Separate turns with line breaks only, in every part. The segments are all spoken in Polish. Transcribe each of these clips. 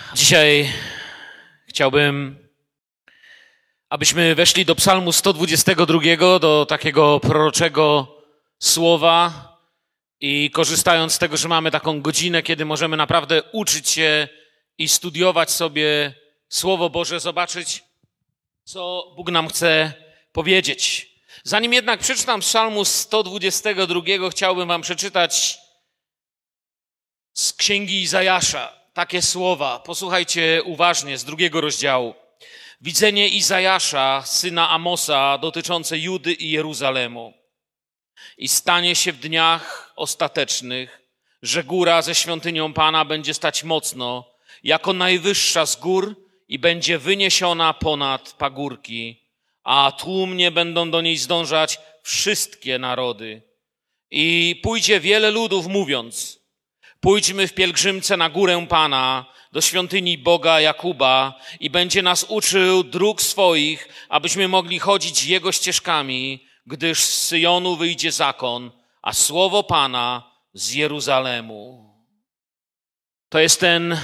Dzisiaj chciałbym, abyśmy weszli do Psalmu 122, do takiego proroczego słowa i korzystając z tego, że mamy taką godzinę, kiedy możemy naprawdę uczyć się i studiować sobie Słowo Boże, zobaczyć, co Bóg nam chce powiedzieć. Zanim jednak przeczytam Psalmu 122, chciałbym wam przeczytać z Księgi Izajasza takie słowa. Posłuchajcie uważnie z 2 rozdziału. Widzenie Izajasza, syna Amosa, dotyczące Judy i Jeruzalemu. I stanie się w dniach ostatecznych, że góra ze świątynią Pana będzie stać mocno, jako najwyższa z gór i będzie wyniesiona ponad pagórki, a tłumnie będą do niej zdążać wszystkie narody. I pójdzie wiele ludów mówiąc: pójdźmy w pielgrzymce na górę Pana, do świątyni Boga Jakuba i będzie nas uczył dróg swoich, abyśmy mogli chodzić Jego ścieżkami, gdyż z Syjonu wyjdzie zakon, a słowo Pana z Jeruzalemu. To jest ten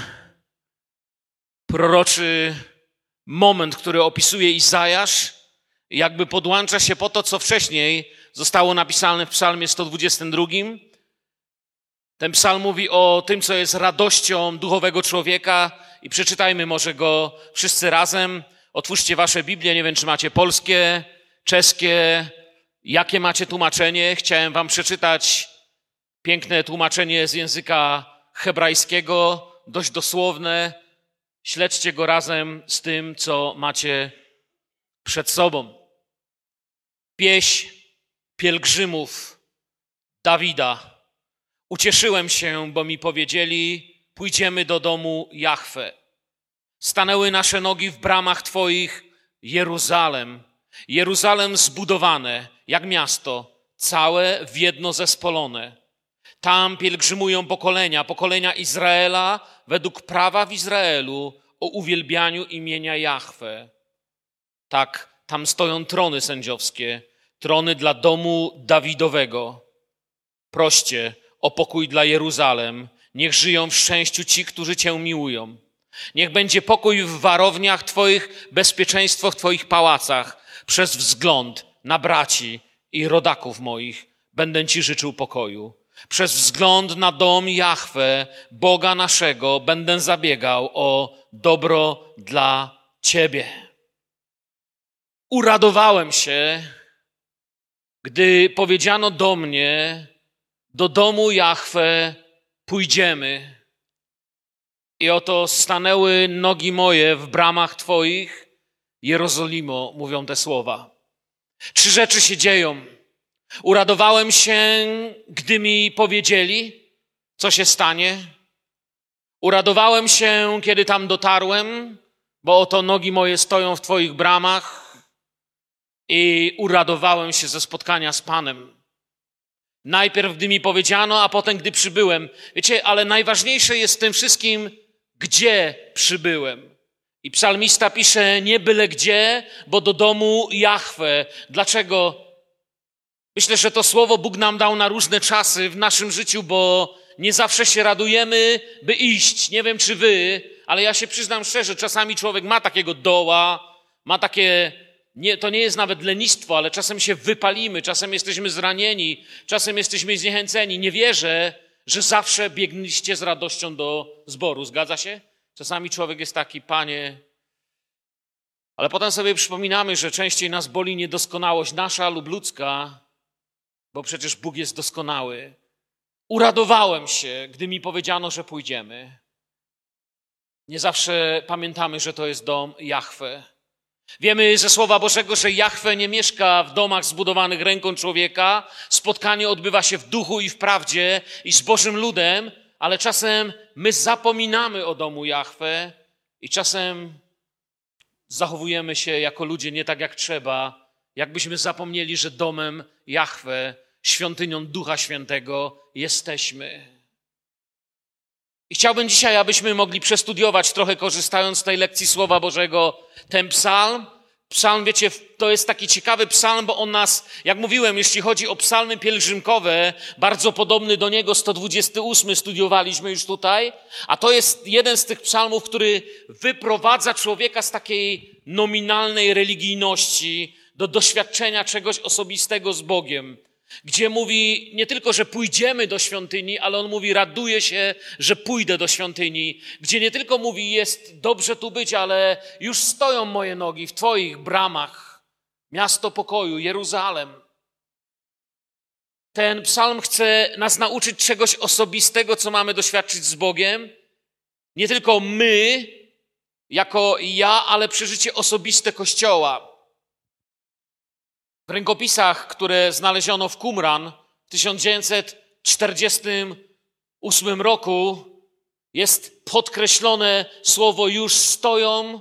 proroczy moment, który opisuje Izajasz, jakby podłącza się po to, co wcześniej zostało napisane w Psalmie 122. Ten psalm mówi o tym, co jest radością duchowego człowieka i przeczytajmy może go wszyscy razem. Otwórzcie wasze Biblię, nie wiem, czy macie polskie, czeskie, jakie macie tłumaczenie. Chciałem wam przeczytać piękne tłumaczenie z języka hebrajskiego, dość dosłowne. Śledźcie go razem z tym, co macie przed sobą. Pieśń pielgrzymów Dawida. Ucieszyłem się, bo mi powiedzieli: pójdziemy do domu Jahwe. Stanęły nasze nogi w bramach Twoich, Jeruzalem. Jeruzalem zbudowane, jak miasto, całe w jedno zespolone. Tam pielgrzymują pokolenia Izraela według prawa w Izraelu o uwielbianiu imienia Jahwe. Tak, tam stoją trony sędziowskie, trony dla domu Dawidowego. Proście o pokój dla Jeruzalem. Niech żyją w szczęściu ci, którzy Cię miłują. Niech będzie pokój w warowniach Twoich, bezpieczeństwo w Twoich pałacach. Przez wzgląd na braci i rodaków moich będę Ci życzył pokoju. Przez wzgląd na dom Jahwe, Boga naszego, będę zabiegał o dobro dla Ciebie. Uradowałem się, gdy powiedziano do mnie: do domu Jahwe pójdziemy. I oto stanęły nogi moje w bramach Twoich, Jerozolimo, mówią te słowa. 3 rzeczy się dzieją. Uradowałem się, gdy mi powiedzieli, co się stanie. Uradowałem się, kiedy tam dotarłem, bo oto nogi moje stoją w Twoich bramach. I uradowałem się ze spotkania z Panem. Najpierw, gdy mi powiedziano, a potem, gdy przybyłem. Wiecie, ale najważniejsze jest w tym wszystkim, gdzie przybyłem. I psalmista pisze: nie byle gdzie, bo do domu Jahwe. Dlaczego? Myślę, że to słowo Bóg nam dał na różne czasy w naszym życiu, bo nie zawsze się radujemy, by iść. Nie wiem, czy wy, ale ja się przyznam szczerze, czasami człowiek ma takiego doła, ma takie... to nie jest nawet lenistwo, ale czasem się wypalimy, czasem jesteśmy zranieni, czasem jesteśmy zniechęceni. Nie wierzę, że zawsze biegliście z radością do zboru. Zgadza się? Czasami człowiek jest taki: Panie... Ale potem sobie przypominamy, że częściej nas boli niedoskonałość nasza lub ludzka, bo przecież Bóg jest doskonały. Uradowałem się, gdy mi powiedziano, że pójdziemy. Nie zawsze pamiętamy, że to jest dom Jahwe. Wiemy ze Słowa Bożego, że Jahwe nie mieszka w domach zbudowanych ręką człowieka. Spotkanie odbywa się w duchu i w prawdzie i z Bożym ludem, ale czasem my zapominamy o domu Jahwe i czasem zachowujemy się jako ludzie nie tak jak trzeba, jakbyśmy zapomnieli, że domem Jahwe, świątynią Ducha Świętego jesteśmy. I chciałbym dzisiaj, abyśmy mogli przestudiować trochę, korzystając z tej lekcji Słowa Bożego, ten psalm, Psalm, wiecie, to jest taki ciekawy psalm, bo on nas, jak mówiłem, jeśli chodzi o psalmy pielgrzymkowe, bardzo podobny do niego, 128 studiowaliśmy już tutaj, a to jest jeden z tych psalmów, który wyprowadza człowieka z takiej nominalnej religijności do doświadczenia czegoś osobistego z Bogiem, gdzie mówi nie tylko, że pójdziemy do świątyni, ale on mówi, raduję się, że pójdę do świątyni, gdzie nie tylko mówi, jest dobrze tu być, ale już stoją moje nogi w Twoich bramach, miasto pokoju, Jeruzalem. Ten psalm chce nas nauczyć czegoś osobistego, co mamy doświadczyć z Bogiem. Nie tylko my, jako ja, ale przeżycie osobiste Kościoła. W rękopisach, które znaleziono w Qumran w 1948 roku, jest podkreślone słowo już stoją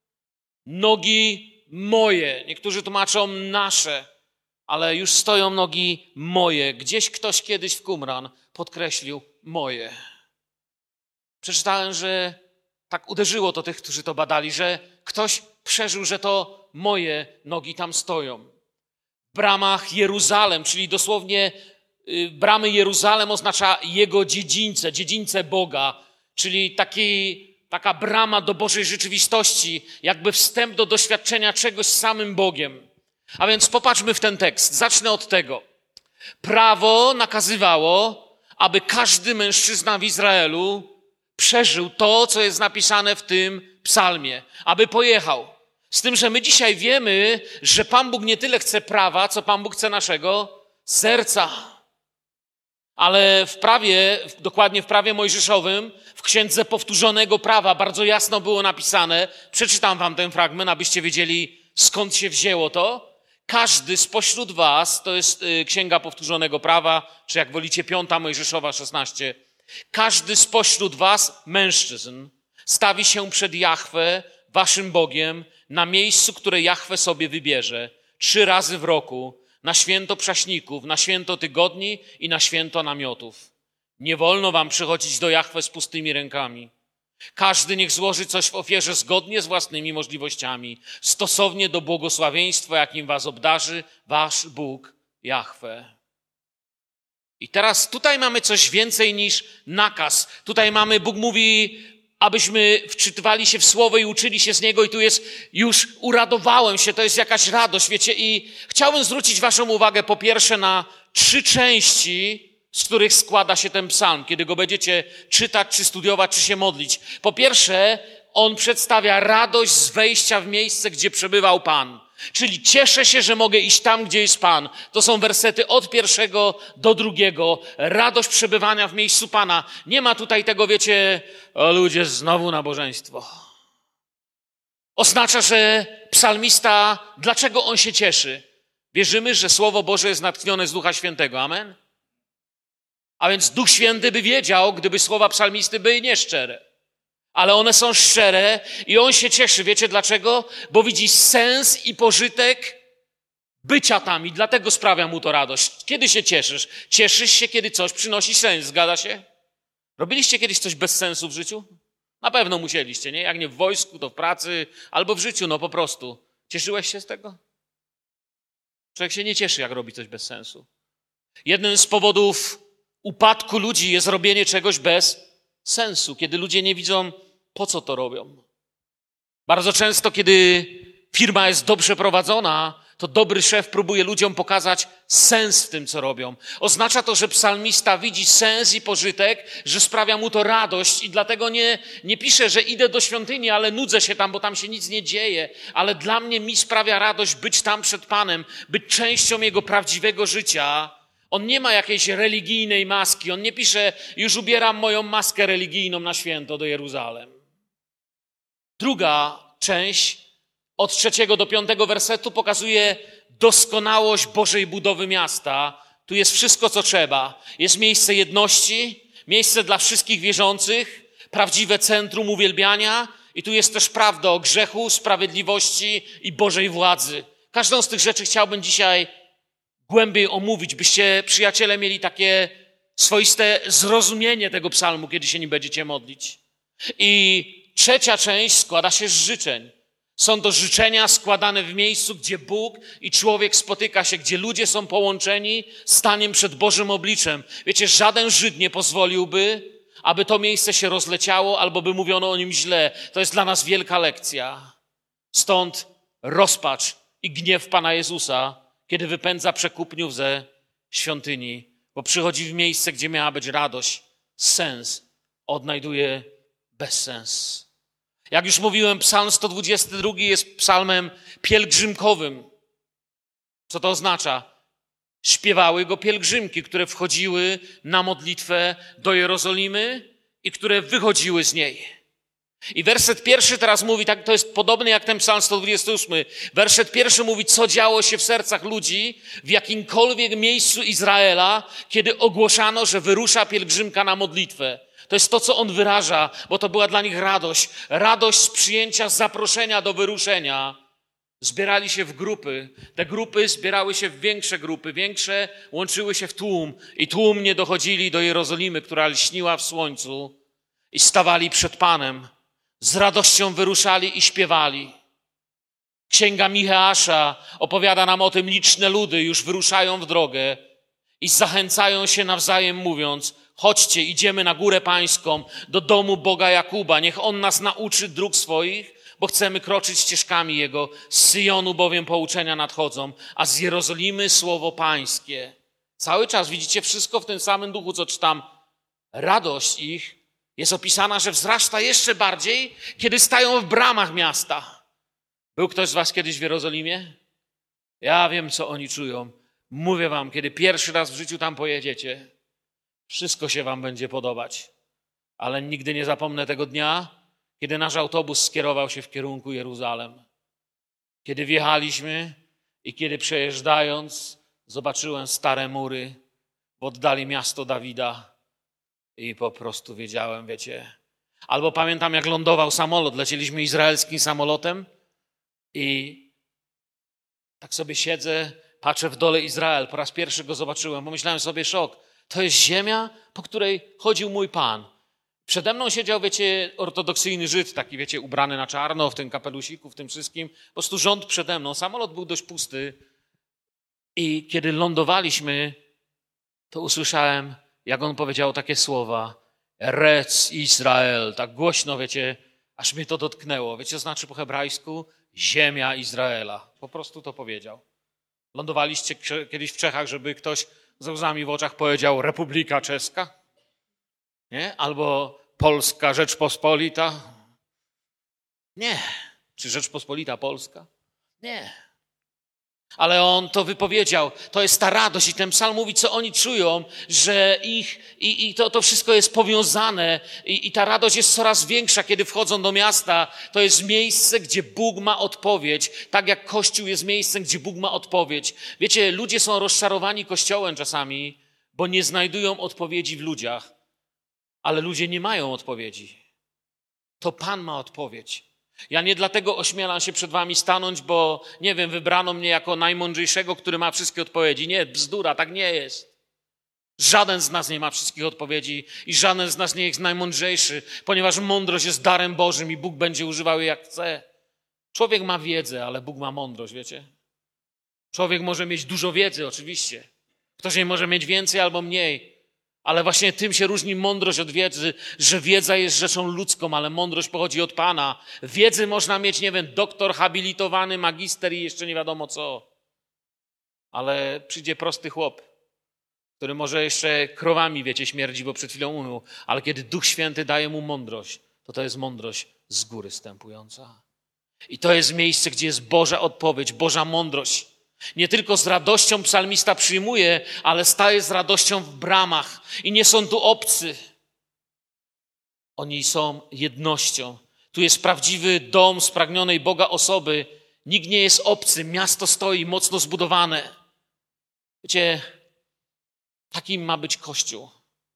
nogi moje. Niektórzy tłumaczą nasze, ale już stoją nogi moje. Gdzieś ktoś kiedyś w Qumran podkreślił moje. Przeczytałem, że tak uderzyło to tych, którzy to badali, że ktoś przeżył, że to moje nogi tam stoją. W bramach Jeruzalem, czyli dosłownie bramy Jeruzalem oznacza jego dziedzińce Boga, czyli taka brama do Bożej rzeczywistości, jakby wstęp do doświadczenia czegoś z samym Bogiem. A więc popatrzmy w ten tekst. Zacznę od tego. Prawo nakazywało, aby każdy mężczyzna w Izraelu przeżył to, co jest napisane w tym psalmie, aby pojechał. Z tym, że my dzisiaj wiemy, że Pan Bóg nie tyle chce prawa, co Pan Bóg chce naszego serca. Ale w prawie, dokładnie w prawie mojżeszowym, w Księdze Powtórzonego Prawa bardzo jasno było napisane, przeczytam wam ten fragment, abyście wiedzieli, skąd się wzięło to. Każdy spośród was, to jest Księga Powtórzonego Prawa, czy jak wolicie 5 Mojżeszowa 16, każdy spośród was, mężczyzn, stawi się przed Jahwe, waszym Bogiem, na miejscu, które Jahwe sobie wybierze, 3 razy w roku, na święto prześników, na święto tygodni i na święto namiotów. Nie wolno wam przychodzić do Jahwe z pustymi rękami. Każdy niech złoży coś w ofierze zgodnie z własnymi możliwościami, stosownie do błogosławieństwa, jakim was obdarzy wasz Bóg Jahwe. I teraz tutaj mamy coś więcej niż nakaz. Tutaj mamy, Bóg mówi, abyśmy wczytywali się w Słowo i uczyli się z niego i tu jest, już uradowałem się, to jest jakaś radość, wiecie, i chciałbym zwrócić waszą uwagę po pierwsze na 3 części, z których składa się ten psalm, kiedy go będziecie czytać, czy studiować, czy się modlić. Po pierwsze, on przedstawia radość z wejścia w miejsce, gdzie przebywał Pan. Czyli cieszę się, że mogę iść tam, gdzie jest Pan. To są wersety od 1 do 2. Radość przebywania w miejscu Pana. Nie ma tutaj tego, wiecie, o ludzie, znowu nabożeństwo. Oznacza, że psalmista, dlaczego on się cieszy? Wierzymy, że Słowo Boże jest natchnione z Ducha Świętego. Amen? A więc Duch Święty by wiedział, gdyby słowa psalmisty były nieszczere. Ale one są szczere i on się cieszy. Wiecie dlaczego? Bo widzi sens i pożytek bycia tam i dlatego sprawia mu to radość. Kiedy się cieszysz? Cieszysz się, kiedy coś przynosi sens. Zgadza się? Robiliście kiedyś coś bez sensu w życiu? Na pewno musieliście, nie? Jak nie w wojsku, to w pracy albo w życiu, no po prostu. Cieszyłeś się z tego? Człowiek się nie cieszy, jak robi coś bez sensu. Jednym z powodów upadku ludzi jest robienie czegoś bez sensu, kiedy ludzie nie widzą, po co to robią. Bardzo często, kiedy firma jest dobrze prowadzona, to dobry szef próbuje ludziom pokazać sens w tym, co robią. Oznacza to, że psalmista widzi sens i pożytek, że sprawia mu to radość i dlatego nie pisze, że idę do świątyni, ale nudzę się tam, bo tam się nic nie dzieje. Ale dla mnie mi sprawia radość być tam przed Panem, być częścią Jego prawdziwego życia. On nie ma jakiejś religijnej maski. On nie pisze, już ubieram moją maskę religijną na święto do Jeruzalem. Druga część od 3 do 5 wersetu pokazuje doskonałość Bożej budowy miasta. Tu jest wszystko, co trzeba. Jest miejsce jedności, miejsce dla wszystkich wierzących, prawdziwe centrum uwielbiania i tu jest też prawda o grzechu, sprawiedliwości i Bożej władzy. Każdą z tych rzeczy chciałbym dzisiaj głębiej omówić, byście, przyjaciele, mieli takie swoiste zrozumienie tego psalmu, kiedy się nim będziecie modlić. I 3 część składa się z życzeń. Są to życzenia składane w miejscu, gdzie Bóg i człowiek spotyka się, gdzie ludzie są połączeni staniem przed Bożym obliczem. Wiecie, żaden Żyd nie pozwoliłby, aby to miejsce się rozleciało albo by mówiono o nim źle. To jest dla nas wielka lekcja. Stąd rozpacz i gniew Pana Jezusa, kiedy wypędza przekupniów ze świątyni, bo przychodzi w miejsce, gdzie miała być radość, sens, odnajduje bezsens. Jak już mówiłem, psalm 122 jest psalmem pielgrzymkowym. Co to oznacza? Śpiewały go pielgrzymki, które wchodziły na modlitwę do Jerozolimy i które wychodziły z niej. I werset pierwszy teraz mówi, tak, to jest podobny jak ten psalm 128. Werset pierwszy mówi, co działo się w sercach ludzi w jakimkolwiek miejscu Izraela, kiedy ogłoszano, że wyrusza pielgrzymka na modlitwę. To jest to, co on wyraża, bo to była dla nich radość. Radość z przyjęcia zaproszenia do wyruszenia. Zbierali się w grupy. Te grupy zbierały się w większe grupy. Większe łączyły się w tłum. I tłumnie dochodzili do Jerozolimy, która lśniła w słońcu. I stawali przed Panem. Z radością wyruszali i śpiewali. Księga Micheasza opowiada nam o tym, liczne ludy już wyruszają w drogę i zachęcają się nawzajem mówiąc, chodźcie, idziemy na górę pańską, do domu Boga Jakuba. Niech On nas nauczy dróg swoich, bo chcemy kroczyć ścieżkami Jego. Z Syjonu bowiem pouczenia nadchodzą, a z Jerozolimy słowo pańskie. Cały czas widzicie wszystko w tym samym duchu, co czytam. Radość ich jest opisana, że wzrasta jeszcze bardziej, kiedy stają w bramach miasta. Był ktoś z was kiedyś w Jerozolimie? Ja wiem, co oni czują. Mówię wam, kiedy pierwszy raz w życiu tam pojedziecie, wszystko się wam będzie podobać. Ale nigdy nie zapomnę tego dnia, kiedy nasz autobus skierował się w kierunku Jeruzalem. Kiedy wjechaliśmy i kiedy przejeżdżając zobaczyłem stare mury w oddali miasto Dawida i po prostu wiedziałem, wiecie. Albo pamiętam, jak lądował samolot. Lecieliśmy izraelskim samolotem i tak sobie siedzę, patrzę w dole Izrael. Po raz pierwszy go zobaczyłem. Pomyślałem sobie, szok. To jest ziemia, po której chodził mój Pan. Przede mną siedział, wiecie, ortodoksyjny Żyd, taki, wiecie, ubrany na czarno, w tym kapelusiku, w tym wszystkim. Po prostu rząd przede mną. Samolot był dość pusty. I kiedy lądowaliśmy, to usłyszałem, jak on powiedział takie słowa. Eretz Izrael. Tak głośno, wiecie, aż mnie to dotknęło. Wiecie, co znaczy po hebrajsku? Ziemia Izraela. Po prostu to powiedział. Lądowaliście kiedyś w Czechach, żeby ktoś z łzami w oczach powiedział Republika Czeska? Nie? Albo Polska Rzeczpospolita? Nie. Czy Rzeczpospolita Polska? Nie. Ale on to wypowiedział. To jest ta radość i ten psalm mówi, co oni czują, że to wszystko jest powiązane i ta radość jest coraz większa, kiedy wchodzą do miasta. To jest miejsce, gdzie Bóg ma odpowiedź. Tak jak Kościół jest miejscem, gdzie Bóg ma odpowiedź. Wiecie, ludzie są rozczarowani Kościołem czasami, bo nie znajdują odpowiedzi w ludziach. Ale ludzie nie mają odpowiedzi. To Pan ma odpowiedź. Ja nie dlatego ośmielam się przed wami stanąć, bo, nie wiem, wybrano mnie jako najmądrzejszego, który ma wszystkie odpowiedzi. Nie, bzdura, tak nie jest. Żaden z nas nie ma wszystkich odpowiedzi i żaden z nas nie jest najmądrzejszy, ponieważ mądrość jest darem Bożym i Bóg będzie używał jej jak chce. Człowiek ma wiedzę, ale Bóg ma mądrość, wiecie? Człowiek może mieć dużo wiedzy, oczywiście. Ktoś jej może mieć więcej albo mniej. Ale właśnie tym się różni mądrość od wiedzy, że wiedza jest rzeczą ludzką, ale mądrość pochodzi od Pana. Wiedzy można mieć, nie wiem, doktor, habilitowany, magister i jeszcze nie wiadomo co. Ale przyjdzie prosty chłop, który może jeszcze krowami, wiecie, śmierdzi, bo przed chwilą umył. Ale kiedy Duch Święty daje mu mądrość, to jest mądrość z góry stępująca. I to jest miejsce, gdzie jest Boża odpowiedź, Boża mądrość. Nie tylko z radością psalmista przyjmuje, ale staje z radością w bramach. I nie są tu obcy. Oni są jednością. Tu jest prawdziwy dom spragnionej Boga osoby. Nikt nie jest obcy. Miasto stoi mocno zbudowane. Wiecie, takim ma być Kościół.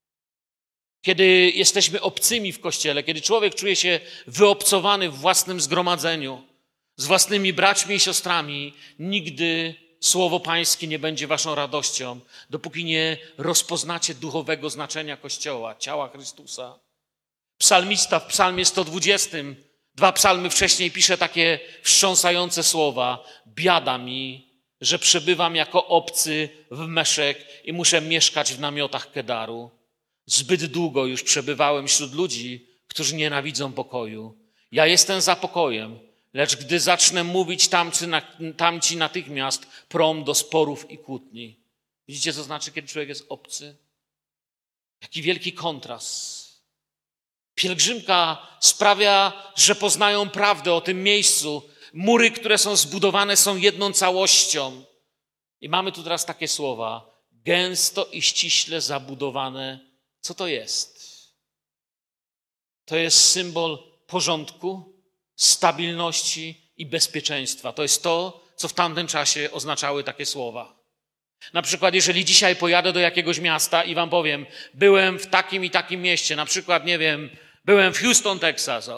Kiedy jesteśmy obcymi w Kościele, kiedy człowiek czuje się wyobcowany w własnym zgromadzeniu, z własnymi braćmi i siostrami, nigdy Słowo Pańskie nie będzie waszą radością, dopóki nie rozpoznacie duchowego znaczenia Kościoła, ciała Chrystusa. Psalmista w psalmie 120, 2 psalmy wcześniej pisze takie wstrząsające słowa. Biada mi, że przebywam jako obcy w Meszek i muszę mieszkać w namiotach Kedaru. Zbyt długo już przebywałem wśród ludzi, którzy nienawidzą pokoju. Ja jestem za pokojem, lecz gdy zacznę mówić, tamci natychmiast prą do sporów i kłótni. Widzicie, co znaczy, kiedy człowiek jest obcy? Jaki wielki kontrast. Pielgrzymka sprawia, że poznają prawdę o tym miejscu. Mury, które są zbudowane, są jedną całością. I mamy tu teraz takie słowa. Gęsto i ściśle zabudowane. Co to jest? To jest symbol porządku, stabilności i bezpieczeństwa. To jest to, co w tamtym czasie oznaczały takie słowa. Na przykład, jeżeli dzisiaj pojadę do jakiegoś miasta i wam powiem, byłem w takim i takim mieście, na przykład, nie wiem, byłem w Houston, Texas,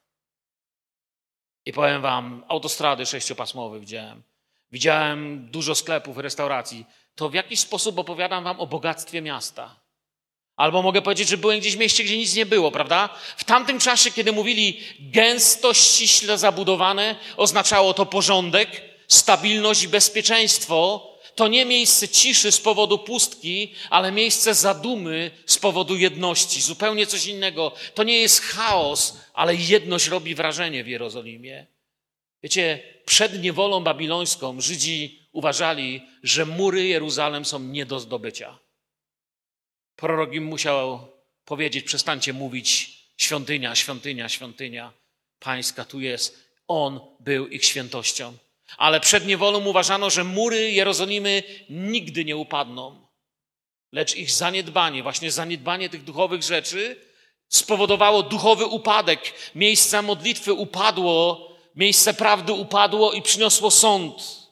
i powiem wam, autostrady 6-pasmowe widziałem dużo sklepów, restauracji, to w jakiś sposób opowiadam wam o bogactwie miasta. Albo mogę powiedzieć, że byłem gdzieś w mieście, gdzie nic nie było, prawda? W tamtym czasie, kiedy mówili gęsto, ściśle zabudowane, oznaczało to porządek, stabilność i bezpieczeństwo. To nie miejsce ciszy z powodu pustki, ale miejsce zadumy z powodu jedności. Zupełnie coś innego. To nie jest chaos, ale jedność robi wrażenie w Jerozolimie. Wiecie, przed niewolą babilońską Żydzi uważali, że mury Jeruzalem są nie do zdobycia. Prorok im musiał powiedzieć, przestańcie mówić świątynia, świątynia, świątynia pańska tu jest. On był ich świętością. Ale przed niewolą uważano, że mury Jerozolimy nigdy nie upadną. Lecz ich zaniedbanie, właśnie zaniedbanie tych duchowych rzeczy spowodowało duchowy upadek. Miejsce modlitwy upadło, miejsce prawdy upadło i przyniosło sąd.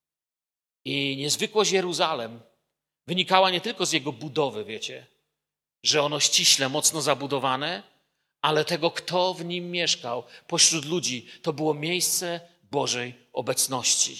I niezwykłość Jeruzalem wynikała nie tylko z jego budowy, wiecie, że ono ściśle, mocno zabudowane, ale tego, kto w nim mieszkał pośród ludzi. To było miejsce Bożej obecności.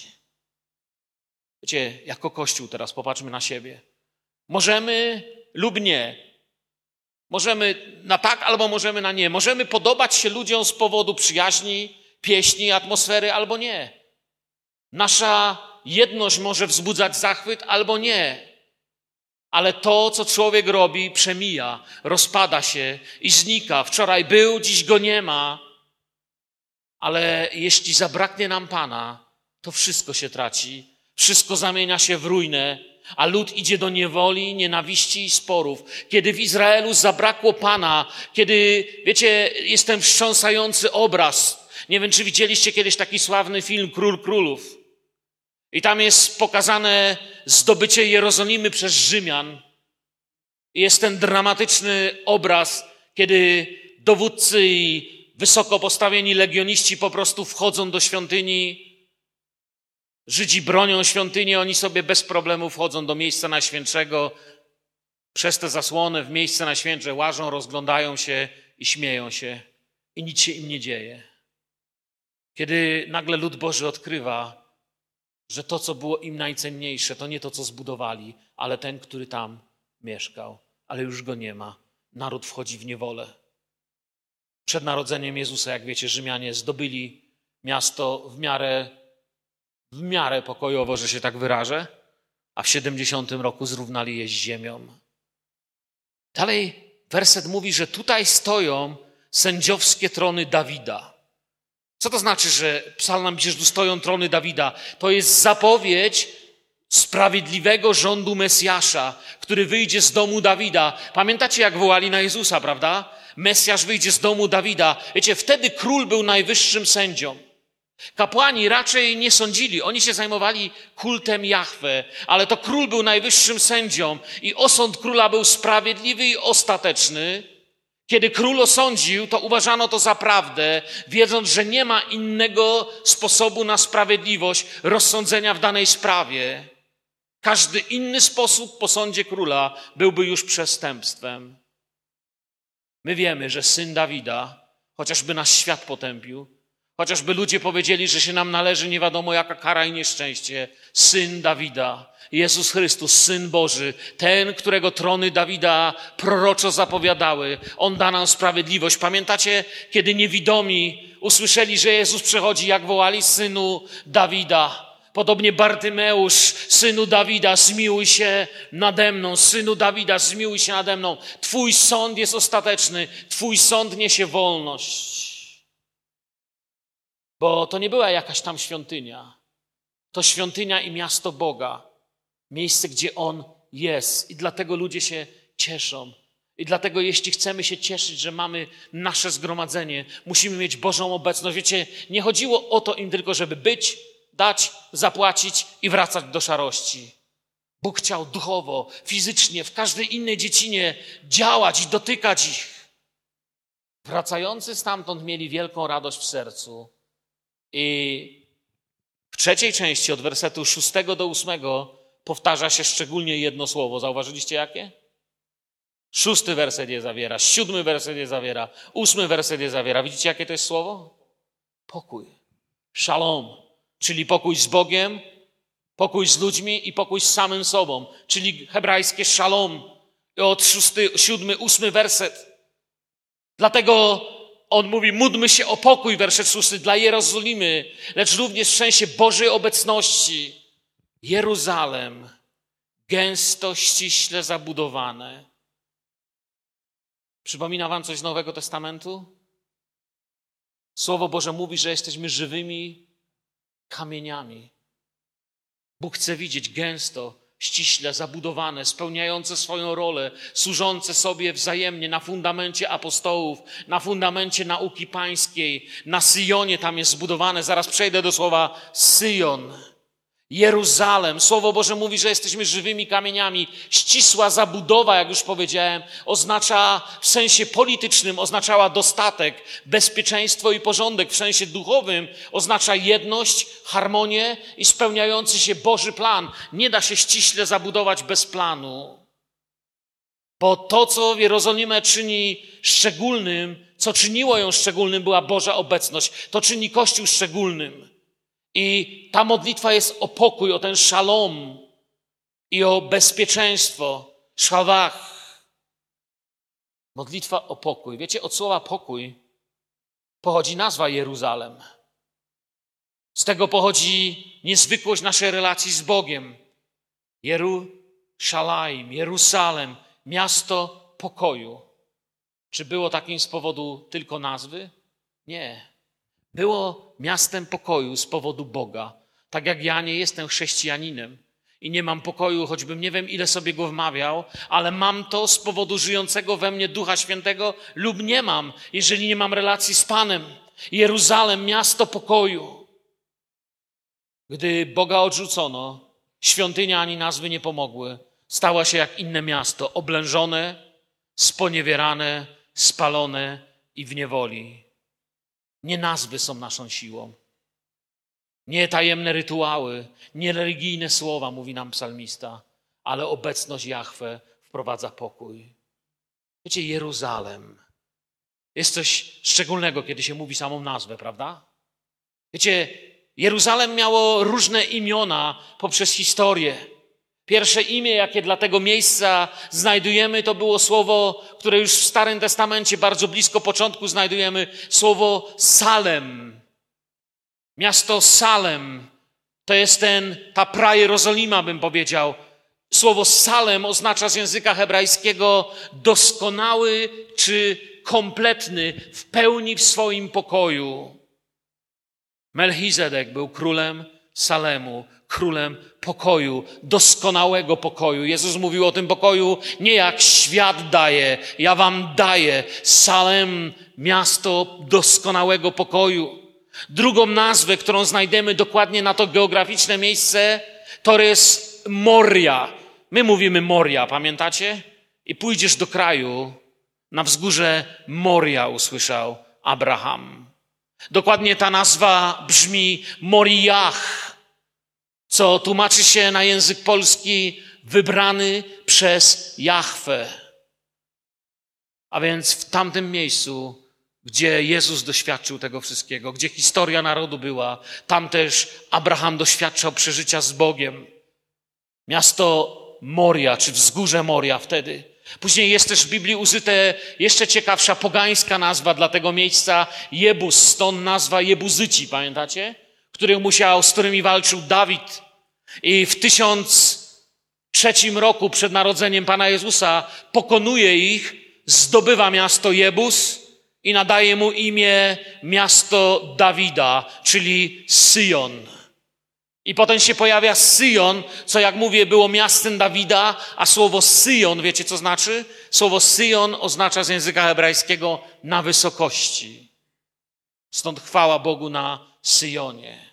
Wiecie, jako Kościół teraz popatrzmy na siebie. Możemy lub nie. Możemy na tak, albo możemy na nie. Możemy podobać się ludziom z powodu przyjaźni, pieśni, atmosfery, albo nie. Nasza jedność może wzbudzać zachwyt, albo nie. Ale to, co człowiek robi, przemija, rozpada się i znika. Wczoraj był, dziś go nie ma. Ale jeśli zabraknie nam Pana, to wszystko się traci. Wszystko zamienia się w ruinę, a lud idzie do niewoli, nienawiści i sporów. Kiedy w Izraelu zabrakło Pana, kiedy, wiecie, jest ten wstrząsający obraz. Nie wiem, czy widzieliście kiedyś taki sławny film Król Królów. I tam jest pokazane zdobycie Jerozolimy przez Rzymian. I jest ten dramatyczny obraz, kiedy dowódcy i wysoko postawieni legioniści po prostu wchodzą do świątyni. Żydzi bronią świątyni, oni sobie bez problemu wchodzą do miejsca najświętszego. Przez te zasłony w miejsce najświętsze łażą, rozglądają się i śmieją się. I nic się im nie dzieje. Kiedy nagle lud Boży odkrywa, że to, co było im najcenniejsze, to nie to, co zbudowali, ale ten, który tam mieszkał. Ale już go nie ma. Naród wchodzi w niewolę. Przed narodzeniem Jezusa, jak wiecie, Rzymianie zdobyli miasto w miarę pokojowo, że się tak wyrażę, a w 70 roku zrównali je z ziemią. Dalej werset mówi, że tutaj stoją sędziowskie trony Dawida. Co to znaczy, że psalm nam pisze, że tu stoją trony Dawida? To jest zapowiedź sprawiedliwego rządu Mesjasza, który wyjdzie z domu Dawida. Pamiętacie, jak wołali na Jezusa, prawda? Mesjasz wyjdzie z domu Dawida. Wiecie, wtedy król był najwyższym sędzią. Kapłani raczej nie sądzili, oni się zajmowali kultem Jahwe, ale to król był najwyższym sędzią i osąd króla był sprawiedliwy i ostateczny. Kiedy król osądził, to uważano to za prawdę, wiedząc, że nie ma innego sposobu na sprawiedliwość rozsądzenia w danej sprawie. Każdy inny sposób po sądzie króla byłby już przestępstwem. My wiemy, że syn Dawida, chociażby nasz świat potępił, Chociażby ludzie powiedzieli, że się nam należy nie wiadomo jaka kara i nieszczęście. Syn Dawida, Jezus Chrystus, Syn Boży, ten, którego trony Dawida proroczo zapowiadały. On da nam sprawiedliwość. Pamiętacie, kiedy niewidomi usłyszeli, że Jezus przechodzi, jak wołali: Synu Dawida. Podobnie Bartymeusz: Synu Dawida, zmiłuj się nade mną. Synu Dawida, zmiłuj się nade mną. Twój sąd jest ostateczny. Twój sąd niesie wolność. Bo to nie była jakaś tam świątynia. To świątynia i miasto Boga. Miejsce, gdzie On jest. I dlatego ludzie się cieszą. I dlatego jeśli chcemy się cieszyć, że mamy nasze zgromadzenie, musimy mieć Bożą obecność. Wiecie, nie chodziło o to im tylko, żeby być, dać, zapłacić i wracać do szarości. Bóg chciał duchowo, fizycznie, w każdej innej dziedzinie działać i dotykać ich. Wracający stamtąd mieli wielką radość w sercu. I w trzeciej części od wersetu 6 do 8 powtarza się szczególnie jedno słowo. Zauważyliście jakie? 6 werset je zawiera, 7 werset je zawiera, 8 werset je zawiera. Widzicie, jakie to jest słowo? Pokój. Szalom, czyli pokój z Bogiem, pokój z ludźmi i pokój z samym sobą, czyli hebrajskie szalom. I od 7, 8 werset. Dlatego on mówi: módlmy się o pokój, werset 6, dla Jerozolimy, lecz również w sensie Bożej obecności. Jeruzalem, gęsto, ściśle zabudowane. Przypomina wam coś z Nowego Testamentu? Słowo Boże mówi, że jesteśmy żywymi kamieniami. Bóg chce widzieć gęsto, ściśle zabudowane, spełniające swoją rolę, służące sobie wzajemnie na fundamencie apostołów, na fundamencie nauki pańskiej. Na Syjonie tam jest zbudowane, zaraz przejdę do słowa Syjon. Jeruzalem. Słowo Boże mówi, że jesteśmy żywymi kamieniami. Ścisła zabudowa, jak już powiedziałem, oznacza w sensie politycznym, oznaczała dostatek, bezpieczeństwo i porządek. W sensie duchowym oznacza jedność, harmonię i spełniający się Boży plan. Nie da się ściśle zabudować bez planu. Bo to, co Jerozolimę czyni szczególnym, co czyniło ją szczególnym, była Boża obecność. To czyni Kościół szczególnym. I ta modlitwa jest o pokój, o ten szalom i o bezpieczeństwo. Szawach. Modlitwa o pokój. Wiecie, od słowa pokój pochodzi nazwa Jeruzalem. Z tego pochodzi niezwykłość naszej relacji z Bogiem. Jeruzalem, miasto pokoju. Czy było takim z powodu tylko nazwy? Nie. Było miastem pokoju z powodu Boga. Tak jak ja nie jestem chrześcijaninem i nie mam pokoju, choćbym nie wiem ile sobie go wmawiał, ale mam to z powodu żyjącego we mnie Ducha Świętego lub nie mam, jeżeli nie mam relacji z Panem. Jeruzalem, miasto pokoju. Gdy Boga odrzucono, świątynia ani nazwy nie pomogły. Stała się jak inne miasto, oblężone, sponiewierane, spalone i w niewoli. Nie nazwy są naszą siłą. Nie tajemne rytuały, nie religijne słowa, mówi nam psalmista, ale obecność Jahwe wprowadza pokój. Wiecie, Jeruzalem. Jest coś szczególnego, kiedy się mówi samą nazwę, prawda? Wiecie, Jeruzalem miało różne imiona poprzez historię. Pierwsze imię, jakie dla tego miejsca znajdujemy, to było słowo, które już w Starym Testamencie bardzo blisko początku znajdujemy, słowo Salem. Miasto Salem to jest ta pra-Jerozolima, bym powiedział. Słowo Salem oznacza z języka hebrajskiego doskonały czy kompletny, w pełni w swoim pokoju. Melchizedek był królem Salemu, królem pokoju, doskonałego pokoju. Jezus mówił o tym pokoju nie jak świat daje, ja wam daję. Salem, miasto doskonałego pokoju. Drugą nazwę, którą znajdziemy dokładnie na to geograficzne miejsce, to jest Moria. My mówimy Moria, pamiętacie? I pójdziesz do kraju, na wzgórze Moria usłyszał Abraham. Dokładnie ta nazwa brzmi Moriach, co tłumaczy się na język polski wybrany przez Jahwe. A więc w tamtym miejscu gdzie Jezus doświadczył tego wszystkiego, gdzie historia narodu była. Tam też Abraham doświadczał przeżycia z Bogiem. Miasto Moria, czy wzgórze Moria wtedy. Później jest też w Biblii użyte jeszcze ciekawsza pogańska nazwa dla tego miejsca Jebus, stąd nazwa Jebuzyci, pamiętacie? Z którymi walczył Dawid. I w 1003 roku przed narodzeniem Pana Jezusa pokonuje ich, zdobywa miasto Jebus i nadaje mu imię miasto Dawida, czyli Syjon. I potem się pojawia Syjon, co jak mówię było miastem Dawida, a słowo Syjon, wiecie co znaczy? Słowo Syjon oznacza z języka hebrajskiego na wysokości. Stąd chwała Bogu na Syjonie.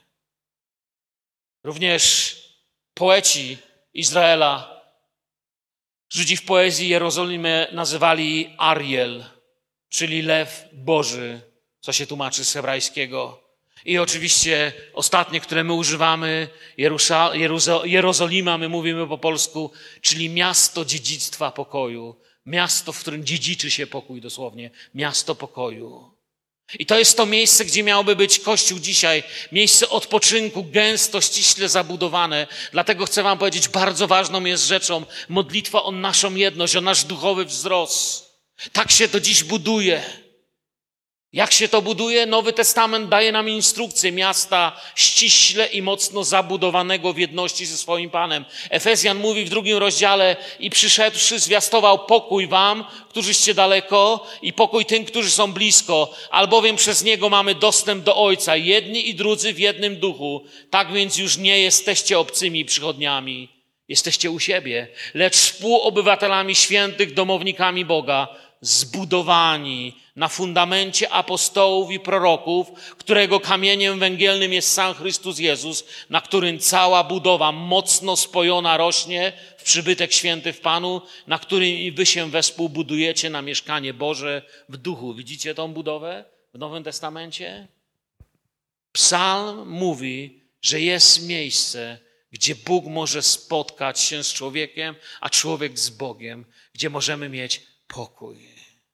Również poeci Izraela, Żydzi w poezji Jerozolimę nazywali Ariel, czyli lew Boży, co się tłumaczy z hebrajskiego. I oczywiście ostatnie, które my używamy, Jerozolima, my mówimy po polsku, czyli miasto dziedzictwa pokoju. Miasto, w którym dziedziczy się pokój dosłownie. Miasto pokoju. I to jest to miejsce, gdzie miałby być Kościół dzisiaj. Miejsce odpoczynku, gęsto, ściśle zabudowane. Dlatego chcę wam powiedzieć, bardzo ważną jest rzeczą modlitwa o naszą jedność, o nasz duchowy wzrost. Tak się to dziś buduje. Jak się to buduje? Nowy Testament daje nam instrukcję miasta ściśle i mocno zabudowanego w jedności ze swoim Panem. Efezjan mówi w 2 rozdziale: i przyszedłszy zwiastował pokój wam, którzyście daleko, i pokój tym, którzy są blisko, albowiem przez Niego mamy dostęp do Ojca, jedni i drudzy w jednym duchu. Tak więc już nie jesteście obcymi przychodniami, jesteście u siebie, lecz współobywatelami świętych, domownikami Boga, zbudowani na fundamencie apostołów i proroków, którego kamieniem węgielnym jest sam Chrystus Jezus, na którym cała budowa mocno spojona rośnie w przybytek święty w Panu, na którym i wy się wespół budujecie na mieszkanie Boże w duchu. Widzicie tą budowę w Nowym Testamencie? Psalm mówi, że jest miejsce, gdzie Bóg może spotkać się z człowiekiem, a człowiek z Bogiem, gdzie możemy mieć pokój.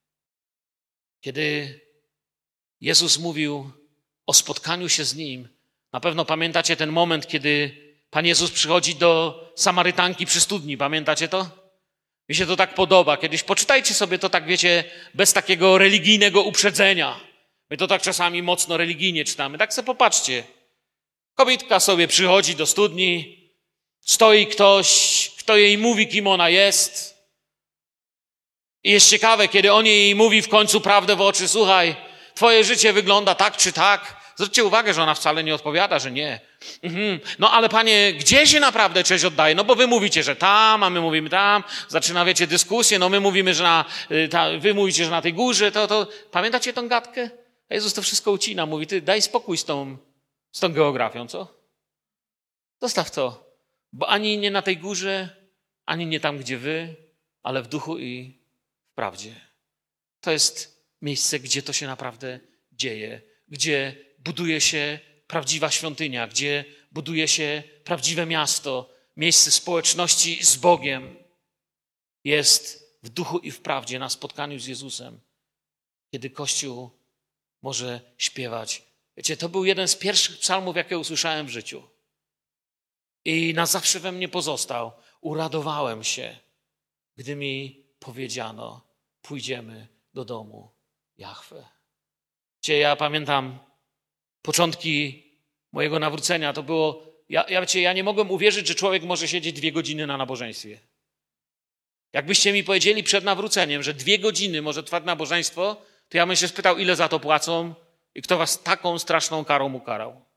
Kiedy Jezus mówił o spotkaniu się z Nim, na pewno pamiętacie ten moment, kiedy Pan Jezus przychodzi do Samarytanki przy studni. Pamiętacie to? Mi się to tak podoba. Kiedyś poczytajcie sobie to tak, wiecie, bez takiego religijnego uprzedzenia. My to tak czasami mocno religijnie czytamy. Tak sobie popatrzcie. Kobietka sobie przychodzi do studni, stoi ktoś, kto jej mówi, kim ona jest. I jest ciekawe, kiedy on jej mówi w końcu prawdę w oczy: słuchaj, twoje życie wygląda tak czy tak. Zwróćcie uwagę, że ona wcale nie odpowiada, że nie. No ale Panie, gdzie się naprawdę cześć oddaje? No bo wy mówicie, że tam, a my mówimy tam. Zaczyna, wiecie, dyskusję. No my mówimy, że wy mówicie, że na tej górze. To pamiętacie tą gadkę? A Jezus to wszystko ucina. Mówi: ty daj spokój z tą geografią, co? Zostaw to. Bo ani nie na tej górze, ani nie tam, gdzie wy, ale w duchu i w prawdzie. To jest miejsce, gdzie to się naprawdę dzieje. Gdzie buduje się prawdziwa świątynia, gdzie buduje się prawdziwe miasto, miejsce społeczności z Bogiem. Jest w duchu i w prawdzie, na spotkaniu z Jezusem, kiedy Kościół może śpiewać. Wiecie, to był jeden z pierwszych psalmów, jakie usłyszałem w życiu. I na zawsze we mnie pozostał. Uradowałem się, gdy mi powiedziano: pójdziemy do domu Jahwe. Wiecie, ja pamiętam początki mojego nawrócenia. To było, ja nie mogłem uwierzyć, że człowiek może siedzieć 2 godziny na nabożeństwie. Jakbyście mi powiedzieli przed nawróceniem, że 2 godziny może trwać nabożeństwo, to ja bym się spytał, ile za to płacą i kto was taką straszną karą ukarał.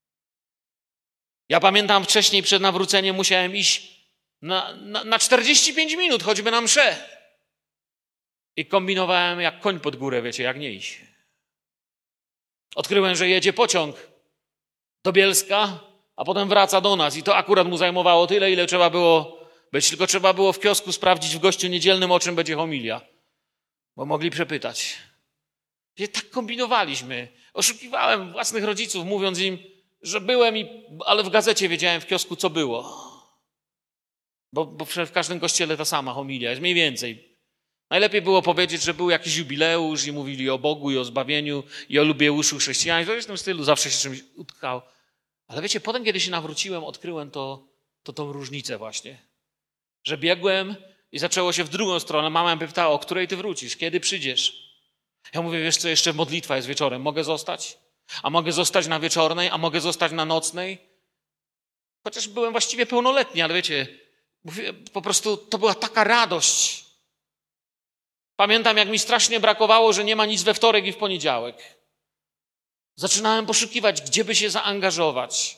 Ja pamiętam, wcześniej przed nawróceniem musiałem iść na 45 minut, choćby na mszę. I kombinowałem jak koń pod górę, wiecie, jak nie iść. Odkryłem, że jedzie pociąg do Bielska, a potem wraca do nas. I to akurat mu zajmowało tyle, ile trzeba było być. Tylko trzeba było w kiosku sprawdzić w gościu niedzielnym, o czym będzie homilia. Bo mogli przepytać. Tak kombinowaliśmy. Oszukiwałem własnych rodziców, mówiąc im, że byłem, ale w gazecie wiedziałem w kiosku, co było. Bo w każdym kościele ta sama homilia jest mniej więcej. Najlepiej było powiedzieć, że był jakiś jubileusz i mówili o Bogu i o zbawieniu i o lubiuszu chrześcijaństwa. W tym stylu zawsze się czymś utkał. Ale wiecie, potem kiedy się nawróciłem, odkryłem tą różnicę właśnie. Że biegłem i zaczęło się w drugą stronę. Mama mnie pytała, o której ty wrócisz, kiedy przyjdziesz? Ja mówię, wiesz co, jeszcze modlitwa jest wieczorem. Mogę zostać? A mogę zostać na wieczornej? A mogę zostać na nocnej? Chociaż byłem właściwie pełnoletni, ale wiecie, po prostu to była taka radość. Pamiętam, jak mi strasznie brakowało, że nie ma nic we wtorek i w poniedziałek. Zaczynałem poszukiwać, gdzie by się zaangażować.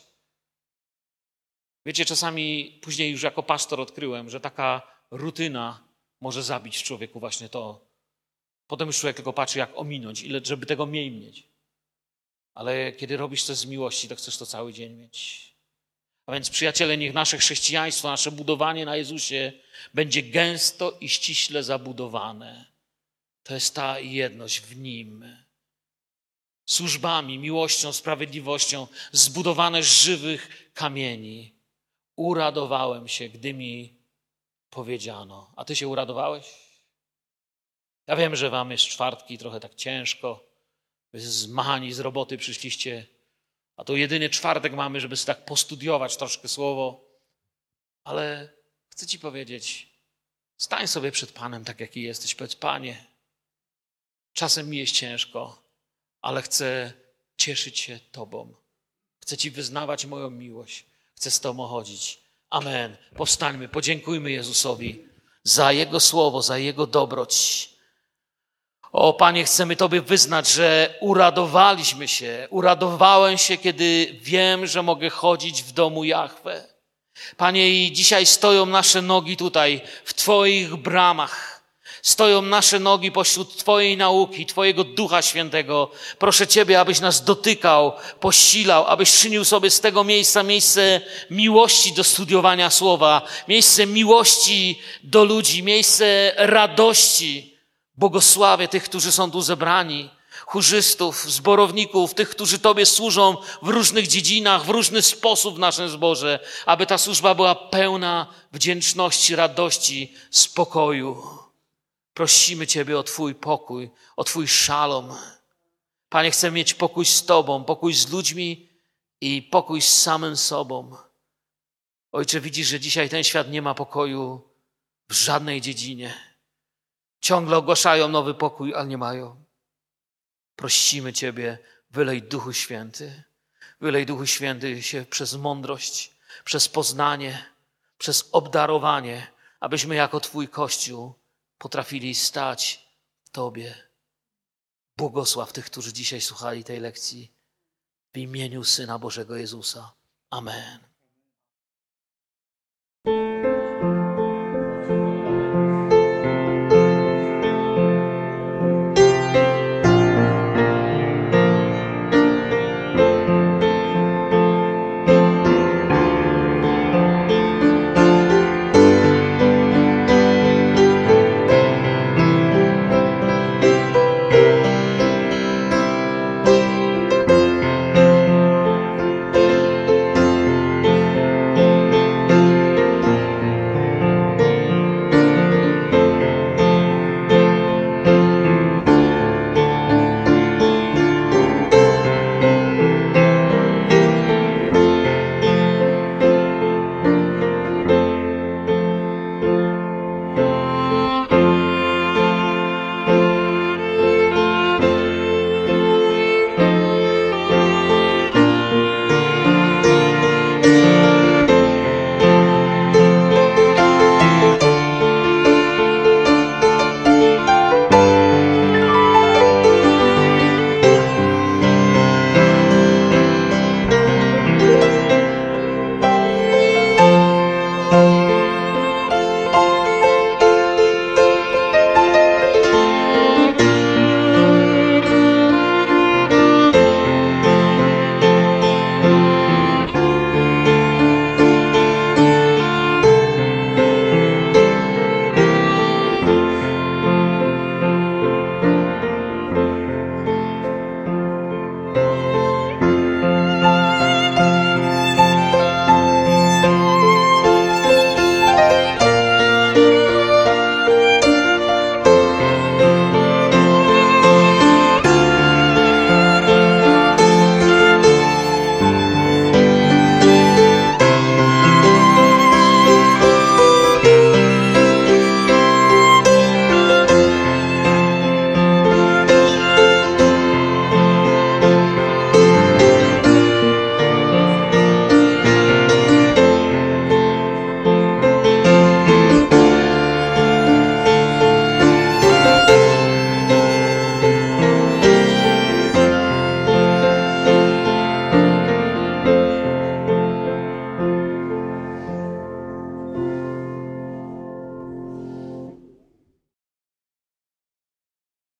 Wiecie, czasami później już jako pastor odkryłem, że taka rutyna może zabić w człowieku właśnie to. Potem już człowiek tylko patrzy, jak ominąć, ile żeby tego mniej mieć. Ale kiedy robisz coś z miłości, to chcesz to cały dzień mieć. A więc, przyjaciele, niech nasze chrześcijaństwo, nasze budowanie na Jezusie będzie gęsto i ściśle zabudowane. To jest ta jedność w Nim. Służbami, miłością, sprawiedliwością, zbudowane z żywych kamieni. Uradowałem się, gdy mi powiedziano. A ty się uradowałeś? Ja wiem, że wam jest czwartki trochę tak ciężko. Wy zmachani z roboty przyszliście. A to jedyny czwartek mamy, żeby sobie tak postudiować troszkę słowo. Ale chcę ci powiedzieć, stań sobie przed Panem tak, jaki jesteś. Powiedz, Panie, czasem mi jest ciężko, ale chcę cieszyć się Tobą. Chcę Ci wyznawać moją miłość. Chcę z Tobą chodzić. Amen. Powstańmy, podziękujmy Jezusowi za Jego słowo, za Jego dobroć. O Panie, chcemy Tobie wyznać, że uradowaliśmy się. Uradowałem się, kiedy wiem, że mogę chodzić w domu Jahwe. Panie, i dzisiaj stoją nasze nogi tutaj w Twoich bramach. Stoją nasze nogi pośród Twojej nauki, Twojego Ducha Świętego. Proszę Ciebie, abyś nas dotykał, posilał, abyś czynił sobie z tego miejsca miejsce miłości do studiowania Słowa, miejsce miłości do ludzi, miejsce radości. Błogosławię tych, którzy są tu zebrani, chórzystów, zborowników, tych, którzy Tobie służą w różnych dziedzinach, w różny sposób w naszym zborze, aby ta służba była pełna wdzięczności, radości, spokoju. Prosimy Ciebie o Twój pokój, o Twój szalom. Panie, chcę mieć pokój z Tobą, pokój z ludźmi i pokój z samym sobą. Ojcze, widzisz, że dzisiaj ten świat nie ma pokoju w żadnej dziedzinie. Ciągle ogłaszają nowy pokój, ale nie mają. Prosimy Ciebie, wylej Duchu Święty. Wylej Duchu Święty się przez mądrość, przez poznanie, przez obdarowanie, abyśmy jako Twój Kościół potrafili stać Tobie. Błogosław tych, którzy dzisiaj słuchali tej lekcji w imieniu Syna Bożego Jezusa. Amen.